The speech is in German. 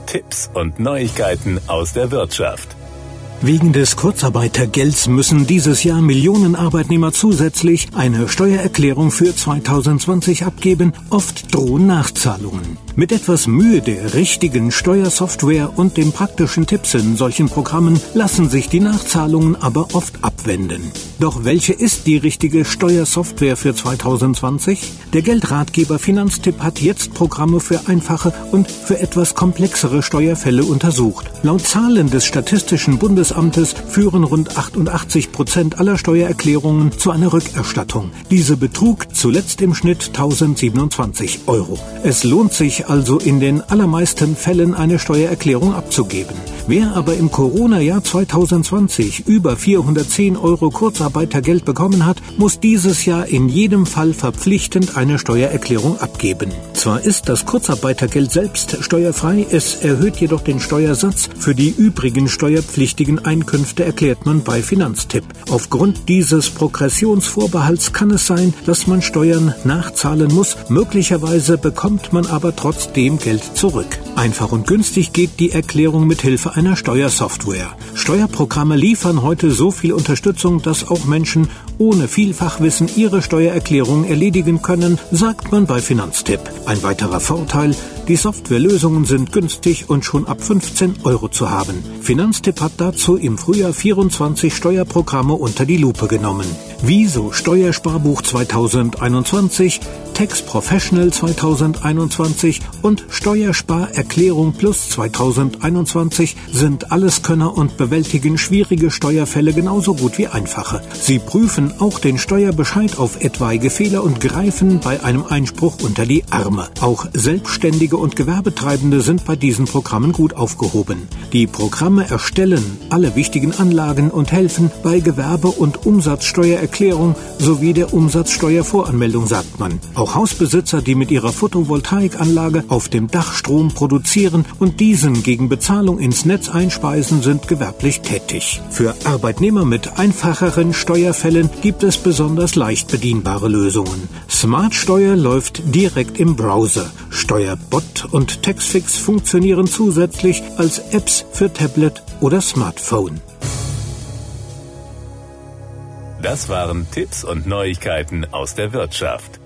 Tipps und Neuigkeiten aus der Wirtschaft. Wegen des Kurzarbeitergelds müssen dieses Jahr Millionen Arbeitnehmer zusätzlich eine Steuererklärung für 2020 abgeben. Oft drohen Nachzahlungen. Mit etwas Mühe der richtigen Steuersoftware und den praktischen Tipps in solchen Programmen lassen sich die Nachzahlungen aber oft abwenden. Doch welche ist die richtige Steuersoftware für 2020? Der Geldratgeber Finanztipp hat jetzt Programme für einfache und für etwas komplexere Steuerfälle untersucht. Laut Zahlen des Statistischen Bundesamtes führen rund 88% aller Steuererklärungen zu einer Rückerstattung. Diese betrug zuletzt im Schnitt 1.027 €. Es lohnt sich also in den allermeisten Fällen eine Steuererklärung abzugeben. Wer aber im Corona-Jahr 2020 über 410 € Kurzarbeitergeld bekommen hat, muss dieses Jahr in jedem Fall verpflichtend eine Steuererklärung abgeben. Zwar ist das Kurzarbeitergeld selbst steuerfrei, es erhöht jedoch den Steuersatz. Für die übrigen steuerpflichtigen Einkünfte erklärt man bei Finanztipp. Aufgrund dieses Progressionsvorbehalts kann es sein, dass man Steuern nachzahlen muss. Möglicherweise bekommt man aber trotzdem Geld zurück. Einfach und günstig geht die Erklärung mit Hilfe einer Steuersoftware. Steuerprogramme liefern heute so viel Unterstützung, dass auch Menschen ohne viel Fachwissen ihre Steuererklärung erledigen können, sagt man bei Finanztipp. Ein weiterer Vorteil: die Softwarelösungen sind günstig und schon ab 15 € zu haben. Finanztipp hat dazu im Frühjahr 24 Steuerprogramme unter die Lupe genommen. Wieso Steuersparbuch 2021, Tax Professional 2021 und Steuersparerklärung Plus 2021 sind Alleskönner und bewältigen schwierige Steuerfälle genauso gut wie einfache. Sie prüfen auch den Steuerbescheid auf etwaige Fehler und greifen bei einem Einspruch unter die Arme. Auch Selbstständige und Gewerbetreibende sind bei diesen Programmen gut aufgehoben. Die Programme erstellen alle wichtigen Anlagen und helfen bei Gewerbe- und Umsatzsteuererklärung sowie der Umsatzsteuervoranmeldung, sagt man. Auch Hausbesitzer, die mit ihrer Photovoltaikanlage auf dem Dach Strom produzieren und diesen gegen Bezahlung ins Netz einspeisen, sind gewerblich tätig. Für Arbeitnehmer mit einfacheren Steuerfällen gibt es besonders leicht bedienbare Lösungen. Smartsteuer läuft direkt im Browser. Steuerbot und Taxfix funktionieren zusätzlich als Apps für Tablet oder Smartphone. Das waren Tipps und Neuigkeiten aus der Wirtschaft.